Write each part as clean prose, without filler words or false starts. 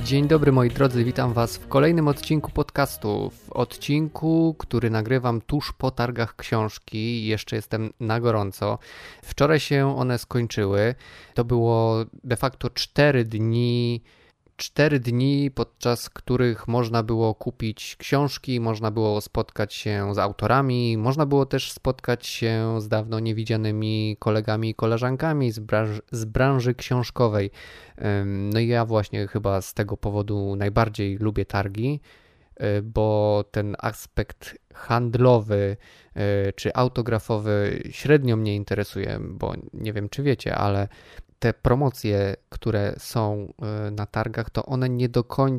Dzień dobry moi drodzy, witam Was w kolejnym odcinku podcastu. W odcinku, który nagrywam tuż po targach książki, jeszcze jestem na gorąco. Wczoraj się one skończyły. To było de facto 4 dni, podczas których można było kupić książki, można było spotkać się z autorami, można było też spotkać się z dawno niewidzianymi kolegami i koleżankami z branży książkowej. No i ja właśnie chyba z tego powodu najbardziej lubię targi, bo ten aspekt handlowy czy autografowy średnio mnie interesuje, bo nie wiem czy wiecie, ale te promocje, które są na targach, to one nie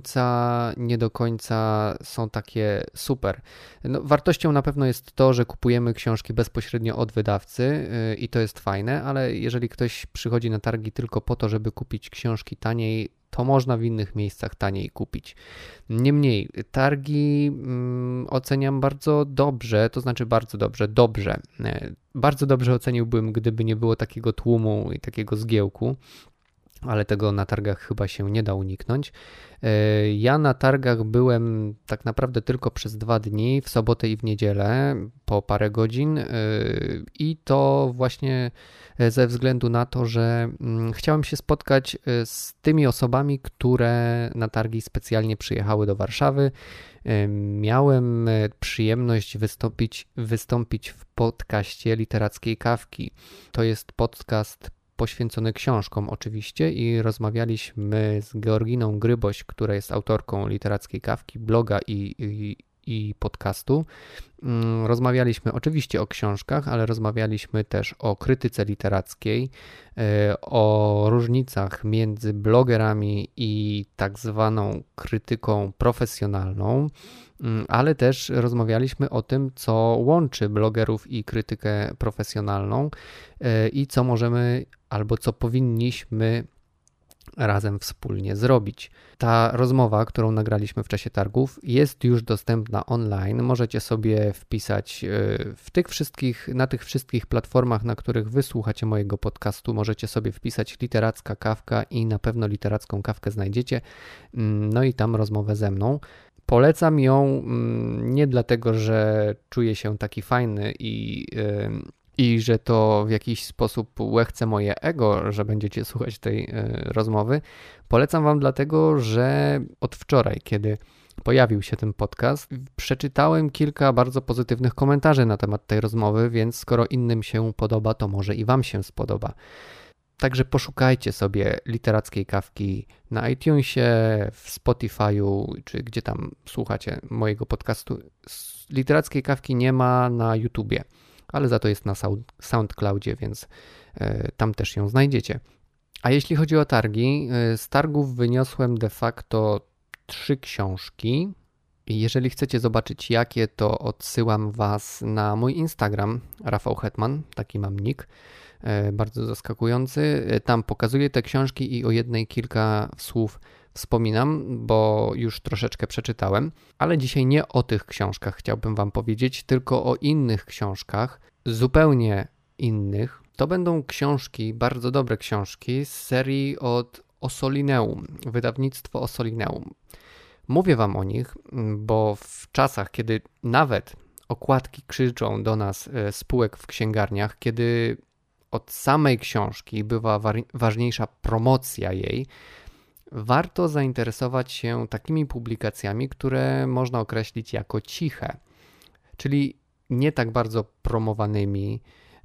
do końca są takie super. No, wartością na pewno jest to, że kupujemy książki bezpośrednio od wydawcy i to jest fajne, ale jeżeli ktoś przychodzi na targi tylko po to, żeby kupić książki taniej, to można w innych miejscach taniej kupić. Niemniej, targi oceniam bardzo dobrze, to znaczy dobrze. Bardzo dobrze oceniłbym, gdyby nie było takiego tłumu i takiego zgiełku, ale tego na targach chyba się nie da uniknąć. Ja na targach byłem tak naprawdę tylko przez 2 dni, w sobotę i w niedzielę, po parę godzin i to właśnie ze względu na to, że chciałem się spotkać z tymi osobami, które na targi specjalnie przyjechały do Warszawy. Miałem przyjemność wystąpić w podcaście Literackiej Kawki. To jest podcast poświęcony książkom oczywiście i rozmawialiśmy z Georginą Gryboś, która jest autorką Literackiej Kawki, bloga i podcastu. Rozmawialiśmy oczywiście o książkach, ale rozmawialiśmy też o krytyce literackiej, o różnicach między blogerami i tak zwaną krytyką profesjonalną, ale też rozmawialiśmy o tym, co łączy blogerów i krytykę profesjonalną i co możemy albo co powinniśmy razem wspólnie zrobić. Ta rozmowa, którą nagraliśmy w czasie targów, jest już dostępna online. Możecie sobie wpisać na tych wszystkich platformach, na których wysłuchacie mojego podcastu, możecie sobie wpisać Literacka Kawka i na pewno Literacką Kawkę znajdziecie. No i tam rozmowę ze mną. Polecam ją nie dlatego, że czuję się taki fajny i że to w jakiś sposób łechce moje ego, że będziecie słuchać tej rozmowy. Polecam Wam dlatego, że od wczoraj, kiedy pojawił się ten podcast, przeczytałem kilka bardzo pozytywnych komentarzy na temat tej rozmowy, więc skoro innym się podoba, to może i Wam się spodoba. Także poszukajcie sobie Literackiej Kawki na iTunesie, w Spotify'u, czy gdzie tam słuchacie mojego podcastu. Literackiej Kawki nie ma na YouTubie, ale za to jest na SoundCloudzie, więc tam też ją znajdziecie. A jeśli chodzi o targi, z targów wyniosłem de facto 3 książki. Jeżeli chcecie zobaczyć jakie, to odsyłam Was na mój Instagram, Rafał Hetman, taki mam nick, bardzo zaskakujący. Tam pokazuję te książki i o jednej kilka słów wspominam, bo już troszeczkę przeczytałem, ale dzisiaj nie o tych książkach chciałbym Wam powiedzieć, tylko o innych książkach, zupełnie innych. To będą książki, bardzo dobre książki z serii od Ossolineum, wydawnictwo Ossolineum. Mówię Wam o nich, bo w czasach, kiedy nawet okładki krzyczą do nas spółek w księgarniach, kiedy od samej książki bywa ważniejsza promocja jej, warto zainteresować się takimi publikacjami, które można określić jako ciche, czyli nie tak bardzo promowanymi,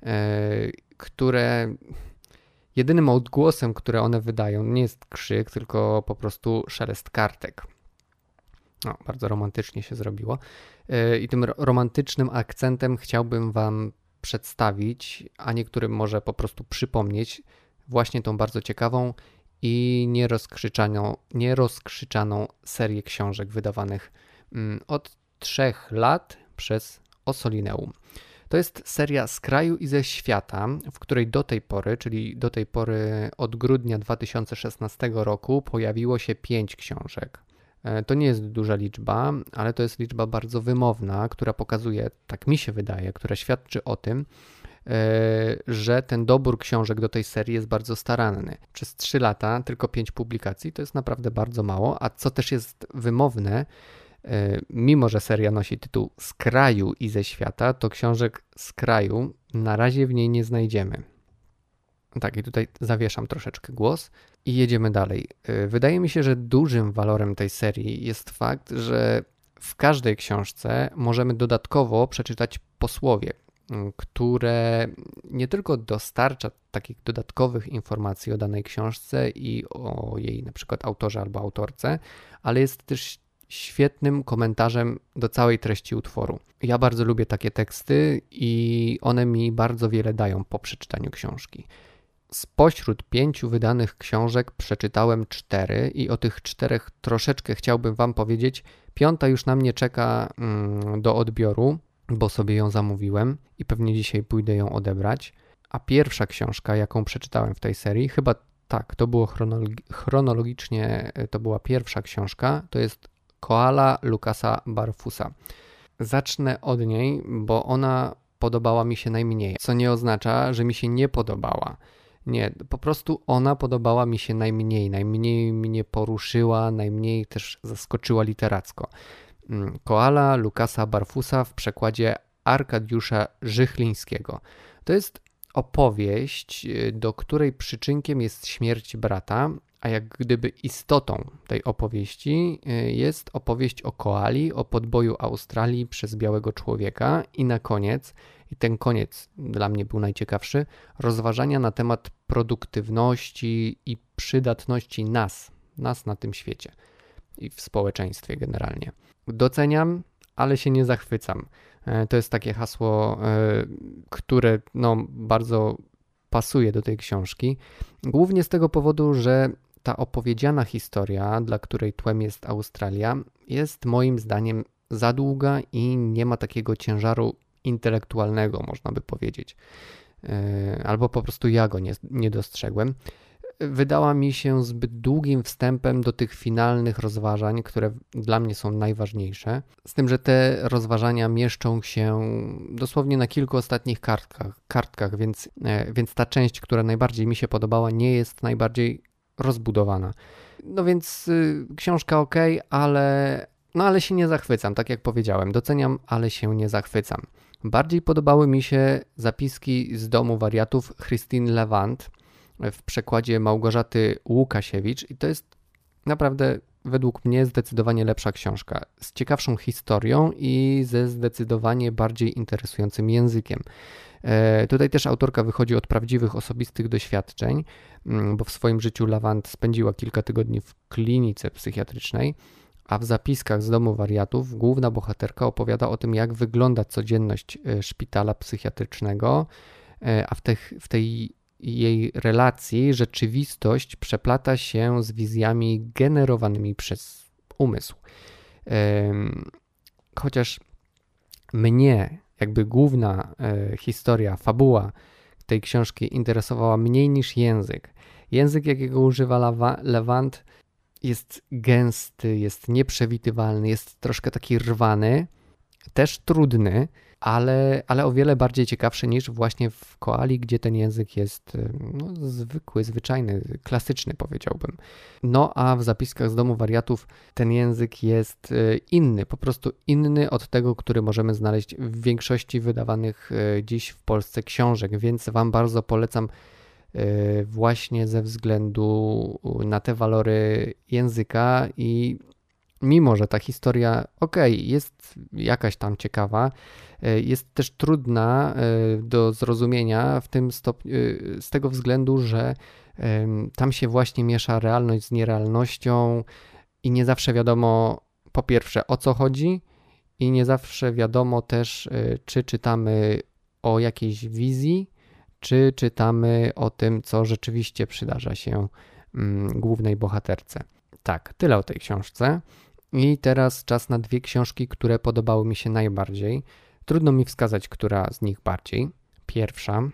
które jedynym odgłosem, które one wydają, nie jest krzyk, tylko po prostu szelest kartek. No, bardzo romantycznie się zrobiło. I tym romantycznym akcentem chciałbym Wam przedstawić, a niektórym może po prostu przypomnieć właśnie tą bardzo ciekawą i nierozkrzyczaną serię książek wydawanych od 3 lat przez Ossolineum. To jest seria z kraju i ze świata, w której do tej pory od grudnia 2016 roku pojawiło się 5 książek. To nie jest duża liczba, ale to jest liczba bardzo wymowna, która pokazuje, tak mi się wydaje, która świadczy o tym, że ten dobór książek do tej serii jest bardzo staranny. Przez 3 lata tylko 5 publikacji to jest naprawdę bardzo mało, a co też jest wymowne, mimo że seria nosi tytuł Z kraju i ze świata, to książek z kraju na razie w niej nie znajdziemy. Tak, i tutaj zawieszam troszeczkę głos i jedziemy dalej. Wydaje mi się, że dużym walorem tej serii jest fakt, że w każdej książce możemy dodatkowo przeczytać posłowie, które nie tylko dostarcza takich dodatkowych informacji o danej książce i o jej na przykład autorze albo autorce, ale jest też świetnym komentarzem do całej treści utworu. Ja bardzo lubię takie teksty i one mi bardzo wiele dają po przeczytaniu książki. Spośród 5 wydanych książek przeczytałem 4 i o tych 4 troszeczkę chciałbym Wam powiedzieć. 5 już na mnie czeka do odbioru, bo sobie ją zamówiłem i pewnie dzisiaj pójdę ją odebrać. A pierwsza książka, jaką przeczytałem w tej serii, chyba tak, to było chronologicznie, to była pierwsza książka, to jest Koala Lucasa Barfusa. Zacznę od niej, bo ona podobała mi się najmniej, co nie oznacza, że mi się nie podobała. Nie, po prostu ona podobała mi się najmniej mnie poruszyła, najmniej też zaskoczyła literacko. Koala Lucasa Barfusa w przekładzie Arkadiusza Żychlińskiego. To jest opowieść, do której przyczynkiem jest śmierć brata, a jak gdyby istotą tej opowieści jest opowieść o koali, o podboju Australii przez białego człowieka i na koniec, i ten koniec dla mnie był najciekawszy, rozważania na temat produktywności i przydatności nas na tym świecie i w społeczeństwie generalnie. Doceniam, ale się nie zachwycam. To jest takie hasło, które bardzo pasuje do tej książki. Głównie z tego powodu, że ta opowiedziana historia, dla której tłem jest Australia, jest moim zdaniem za długa i nie ma takiego ciężaru intelektualnego, można by powiedzieć. Albo po prostu ja go nie dostrzegłem. Wydała mi się zbyt długim wstępem do tych finalnych rozważań, które dla mnie są najważniejsze. Z tym, że te rozważania mieszczą się dosłownie na kilku ostatnich kartkach, więc ta część, która najbardziej mi się podobała, nie jest najbardziej rozbudowana. No więc książka ok, ale się nie zachwycam, tak jak powiedziałem. Doceniam, ale się nie zachwycam. Bardziej podobały mi się zapiski z Domu Wariatów Christine Levant w przekładzie Małgorzaty Łukasiewicz i to jest naprawdę według mnie zdecydowanie lepsza książka, z ciekawszą historią i ze zdecydowanie bardziej interesującym językiem. Tutaj też autorka wychodzi od prawdziwych, osobistych doświadczeń, bo w swoim życiu Levant spędziła kilka tygodni w klinice psychiatrycznej, a w zapiskach z Domu Wariatów główna bohaterka opowiada o tym, jak wygląda codzienność szpitala psychiatrycznego, a w tej jej relacji rzeczywistość przeplata się z wizjami generowanymi przez umysł. Chociaż mnie jakby główna historia, fabuła tej książki interesowała mniej niż język. Język, jakiego używa Levant, jest gęsty, jest nieprzewidywalny, jest troszkę taki rwany, też trudny, ale o wiele bardziej ciekawszy niż właśnie w Koali, gdzie ten język jest zwykły, zwyczajny, klasyczny powiedziałbym. No a w zapiskach z Domu Wariatów ten język jest inny, po prostu inny od tego, który możemy znaleźć w większości wydawanych dziś w Polsce książek, więc Wam bardzo polecam właśnie ze względu na te walory języka i mimo, że ta historia jest jakaś tam ciekawa, jest też trudna do zrozumienia w tym stopniu, z tego względu, że tam się właśnie miesza realność z nierealnością i nie zawsze wiadomo po pierwsze o co chodzi i nie zawsze wiadomo też czy czytamy o jakiejś wizji, czy czytamy o tym, co rzeczywiście przydarza się głównej bohaterce. Tak, tyle o tej książce. I teraz czas na 2 książki, które podobały mi się najbardziej. Trudno mi wskazać, która z nich bardziej. Pierwsza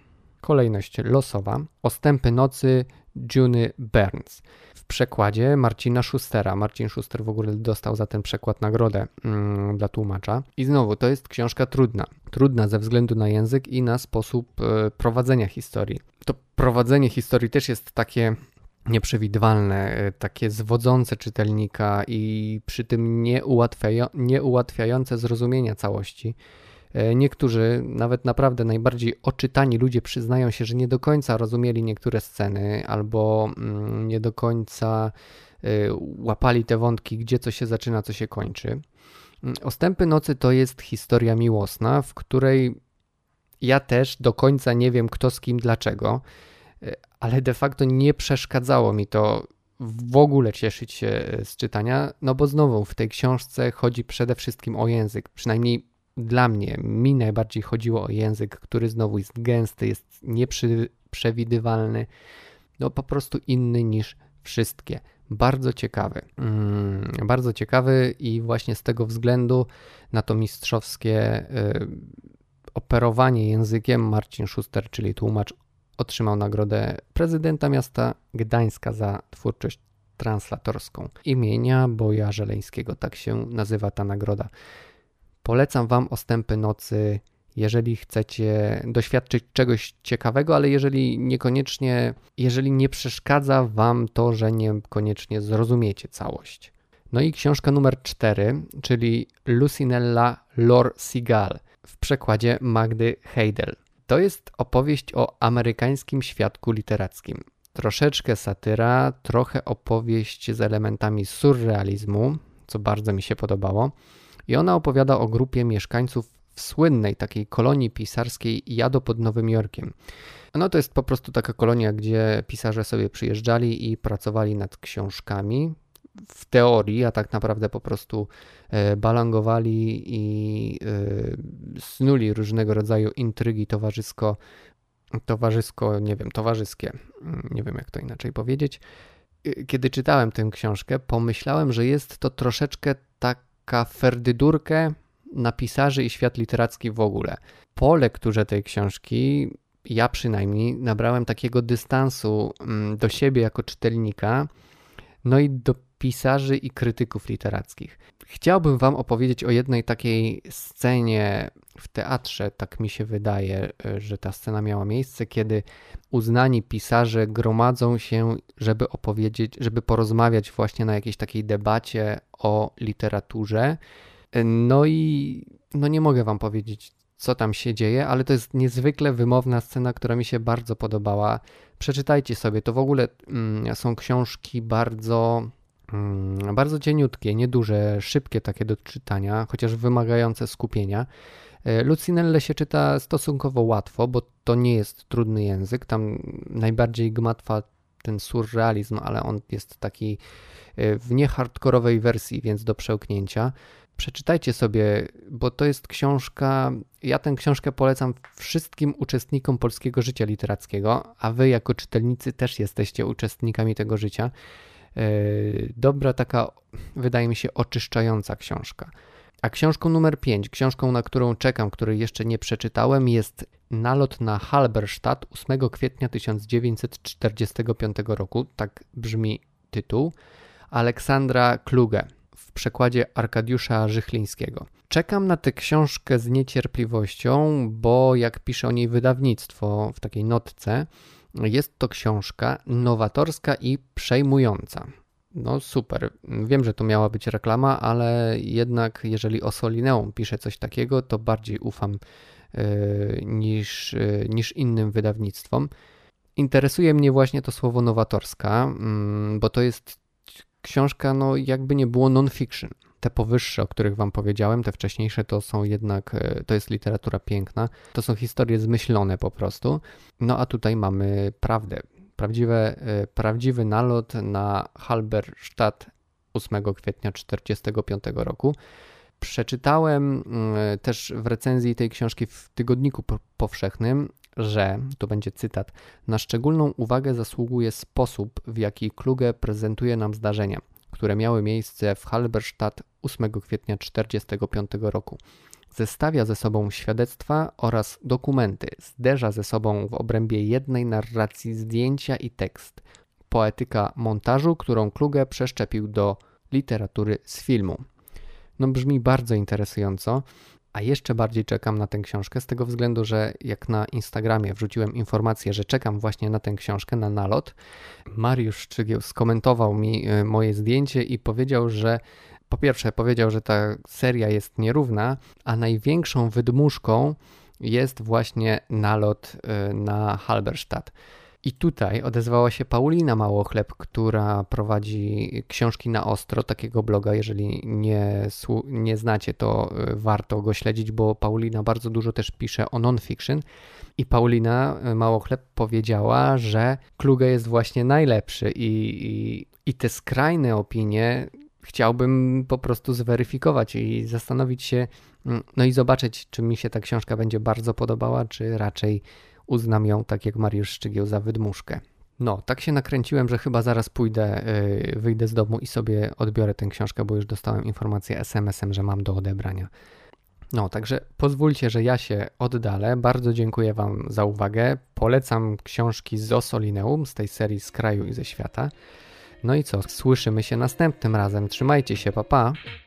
Kolejność losowa. Ostępy nocy Juny Burns. W przekładzie Marcina Schustera. Marcin Schuster w ogóle dostał za ten przekład nagrodę dla tłumacza. I znowu, to jest książka trudna. Trudna ze względu na język i na sposób prowadzenia historii. To prowadzenie historii też jest takie nieprzewidywalne, takie zwodzące czytelnika i przy tym nieułatwiające zrozumienia całości. Niektórzy, nawet naprawdę najbardziej oczytani ludzie przyznają się, że nie do końca rozumieli niektóre sceny albo nie do końca łapali te wątki, gdzie co się zaczyna, co się kończy. Ostępy nocy to jest historia miłosna, w której ja też do końca nie wiem kto z kim, dlaczego, ale de facto nie przeszkadzało mi to w ogóle cieszyć się z czytania, no bo znowu w tej książce chodzi przede wszystkim o język, przynajmniej dla mnie, mi najbardziej chodziło o język, który znowu jest gęsty, jest nieprzewidywalny, no po prostu inny niż wszystkie. Bardzo ciekawy i właśnie z tego względu na to mistrzowskie operowanie językiem Marcin Schuster, czyli tłumacz, otrzymał nagrodę prezydenta miasta Gdańska za twórczość translatorską. Imienia Boja Żeleńskiego, tak się nazywa ta nagroda. Polecam Wam Ostępy nocy, jeżeli chcecie doświadczyć czegoś ciekawego, ale jeżeli nie przeszkadza Wam to, że niekoniecznie zrozumiecie całość. No i książka numer 4, czyli Lucinella Lor Sigal w przekładzie Magdy Heidel. To jest opowieść o amerykańskim świadku literackim. Troszeczkę satyra, trochę opowieść z elementami surrealizmu, co bardzo mi się podobało. I ona opowiada o grupie mieszkańców w słynnej takiej kolonii pisarskiej Yaddo pod Nowym Jorkiem. No to jest po prostu taka kolonia, gdzie pisarze sobie przyjeżdżali i pracowali nad książkami. W teorii, a tak naprawdę po prostu balangowali i snuli różnego rodzaju intrygi towarzyskie. Nie wiem jak to inaczej powiedzieć. Kiedy czytałem tę książkę, pomyślałem, że jest to troszeczkę taka ferdydurkę na pisarzy i świat literacki w ogóle. Po lekturze tej książki ja przynajmniej nabrałem takiego dystansu do siebie jako czytelnika, no i do pisarzy i krytyków literackich. Chciałbym Wam opowiedzieć o jednej takiej scenie w teatrze, tak mi się wydaje, że ta scena miała miejsce, kiedy uznani pisarze gromadzą się, żeby porozmawiać właśnie na jakiejś takiej debacie o literaturze. No i nie mogę Wam powiedzieć, co tam się dzieje, ale to jest niezwykle wymowna scena, która mi się bardzo podobała. Przeczytajcie sobie, to w ogóle są książki bardzo cieniutkie, nieduże, szybkie takie do czytania, chociaż wymagające skupienia. Lucinellę się czyta stosunkowo łatwo, bo to nie jest trudny język, tam najbardziej gmatwa ten surrealizm, ale on jest taki w niehardkorowej wersji, więc do przełknięcia. Przeczytajcie sobie, bo to jest książka, ja tę książkę polecam wszystkim uczestnikom polskiego życia literackiego, a wy jako czytelnicy też jesteście uczestnikami tego życia. Dobra, taka wydaje mi się oczyszczająca książka. A książką numer 5, książką, na którą czekam, której jeszcze nie przeczytałem, jest Nalot na Halberstadt 8 kwietnia 1945 roku, tak brzmi tytuł, Aleksandra Kluge w przekładzie Arkadiusza Żychlińskiego. Czekam na tę książkę z niecierpliwością, bo jak pisze o niej wydawnictwo w takiej notce, jest to książka nowatorska i przejmująca. No super, wiem, że to miała być reklama, ale jednak jeżeli o Solineum pisze coś takiego, to bardziej ufam niż innym wydawnictwom. Interesuje mnie właśnie to słowo nowatorska, bo to jest książka, no jakby nie było non-fiction. Te powyższe, o których Wam powiedziałem, te wcześniejsze to jest literatura piękna, to są historie zmyślone po prostu. No a tutaj mamy prawdę. Prawdziwy nalot na Halberstadt 8 kwietnia 1945 roku. Przeczytałem też w recenzji tej książki w Tygodniku Powszechnym, że, tu będzie cytat, na szczególną uwagę zasługuje sposób, w jaki Kluge prezentuje nam zdarzenia, które miały miejsce w Halberstadt 8 kwietnia 1945 roku. zestawia ze sobą świadectwa oraz dokumenty, zderza ze sobą w obrębie jednej narracji zdjęcia i tekst. Poetyka montażu, którą Kluge przeszczepił do literatury z filmu. No brzmi bardzo interesująco, a jeszcze bardziej czekam na tę książkę z tego względu, że jak na Instagramie wrzuciłem informację, że czekam właśnie na tę książkę, na nalot, Mariusz Szczygieł skomentował mi moje zdjęcie i powiedział, że po pierwsze powiedział, że ta seria jest nierówna, a największą wydmuszką jest właśnie nalot na Halberstadt. I tutaj odezwała się Paulina Małochleb, która prowadzi Książki na Ostro, takiego bloga. Jeżeli nie znacie, to warto go śledzić, bo Paulina bardzo dużo też pisze o non-fiction. I Paulina Małochleb powiedziała, że Kluge jest właśnie najlepszy i te skrajne opinie chciałbym po prostu zweryfikować i zastanowić się, no i zobaczyć, czy mi się ta książka będzie bardzo podobała, czy raczej uznam ją, tak jak Mariusz Szczygieł, za wydmuszkę. No, tak się nakręciłem, że chyba zaraz wyjdę z domu i sobie odbiorę tę książkę, bo już dostałem informację SMS-em, że mam do odebrania. No, także pozwólcie, że ja się oddalę. Bardzo dziękuję Wam za uwagę. Polecam książki z Ossolineum, z tej serii Z kraju i ze świata. No i co, słyszymy się następnym razem. Trzymajcie się, pa pa!